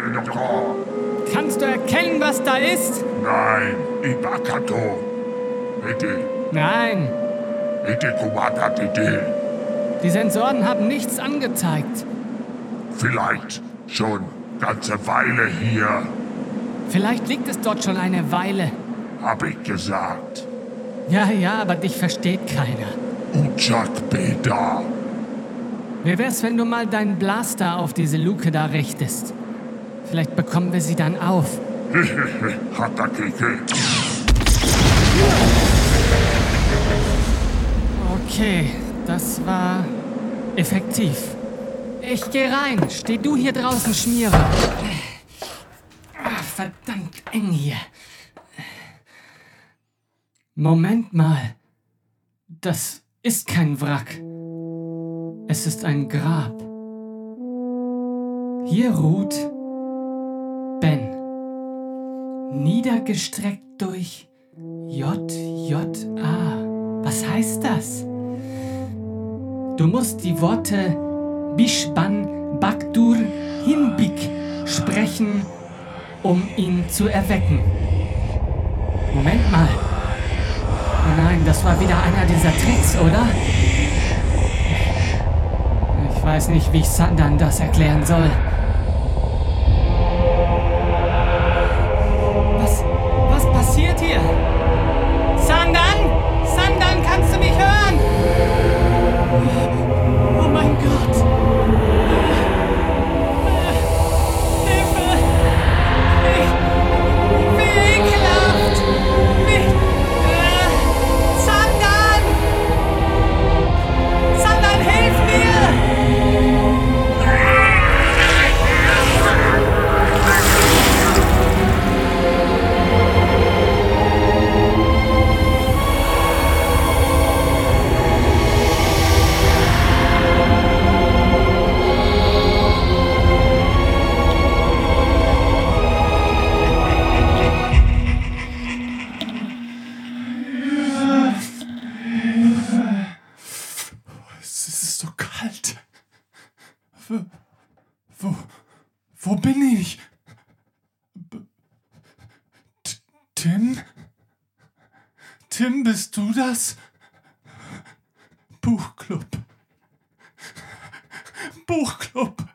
Kannst du erkennen, was da ist? Nein, Ibakato. Bitte. Nein, Bitte, Kumakatete. die Sensoren haben nichts angezeigt. Vielleicht schon ganze Weile hier, Vielleicht liegt es dort schon eine Weile. hab ich gesagt. Ja, aber dich versteht keiner. Uchak Beda. Wie wär's, wenn du mal deinen Blaster auf diese Luke da richtest? Vielleicht bekommen wir sie dann auf. Hatakeke. Okay, das war effektiv. Ich geh rein. Steh du hier draußen, Schmierer. Verdammt eng hier. Moment mal. Das ist kein Wrack. Es ist ein Grab. Hier ruht Ben. Niedergestreckt durch JJA. Was heißt das? Du musst die Worte Bishban Bakdur Hinbik sprechen, um ihn zu erwecken. Moment mal. Oh nein, das war wieder einer dieser Tricks, oder? Ich weiß nicht, wie ich Sandan das erklären soll. Was passiert hier? Sandan? Sandan, kannst du mich hören? Oh mein Gott. Hilfe! Wie ekelhaft! Sandan! Sandan, hilf mir! Es ist so kalt. Wo bin ich? Tim? Tim, bist du das? Buchclub. Buchclub.